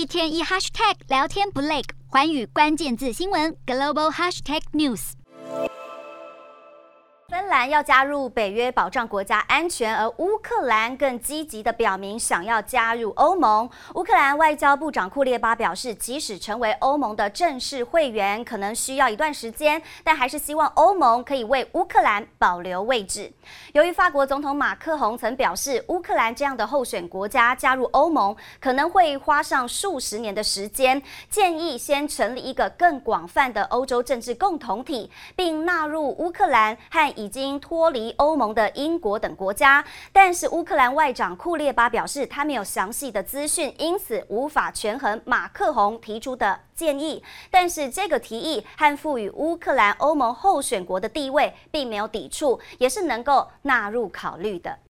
天一 hashtag 聊天不累，寰宇关键字新闻 global hashtag news。 芬兰要加入北约，保障国家安全，而乌克兰更积极地表明想要加入欧盟。乌克兰外交部长库列巴表示，即使成为欧盟的正式会员，可能需要一段时间，但还是希望欧盟可以为乌克兰保留位置。由于法国总统马克宏曾表示，乌克兰这样的候选国家加入欧盟可能会花上数十年的时间，建议先成立一个更广泛的欧洲政治共同体，并纳入乌克兰和已经脱离欧盟的英国等国家，但是乌克兰外长库列巴表示，他没有详细的资讯，因此无法权衡马克宏提出的建议。但是这个提议和赋予乌克兰欧盟候选国的地位并没有抵触，也是能够纳入考虑的。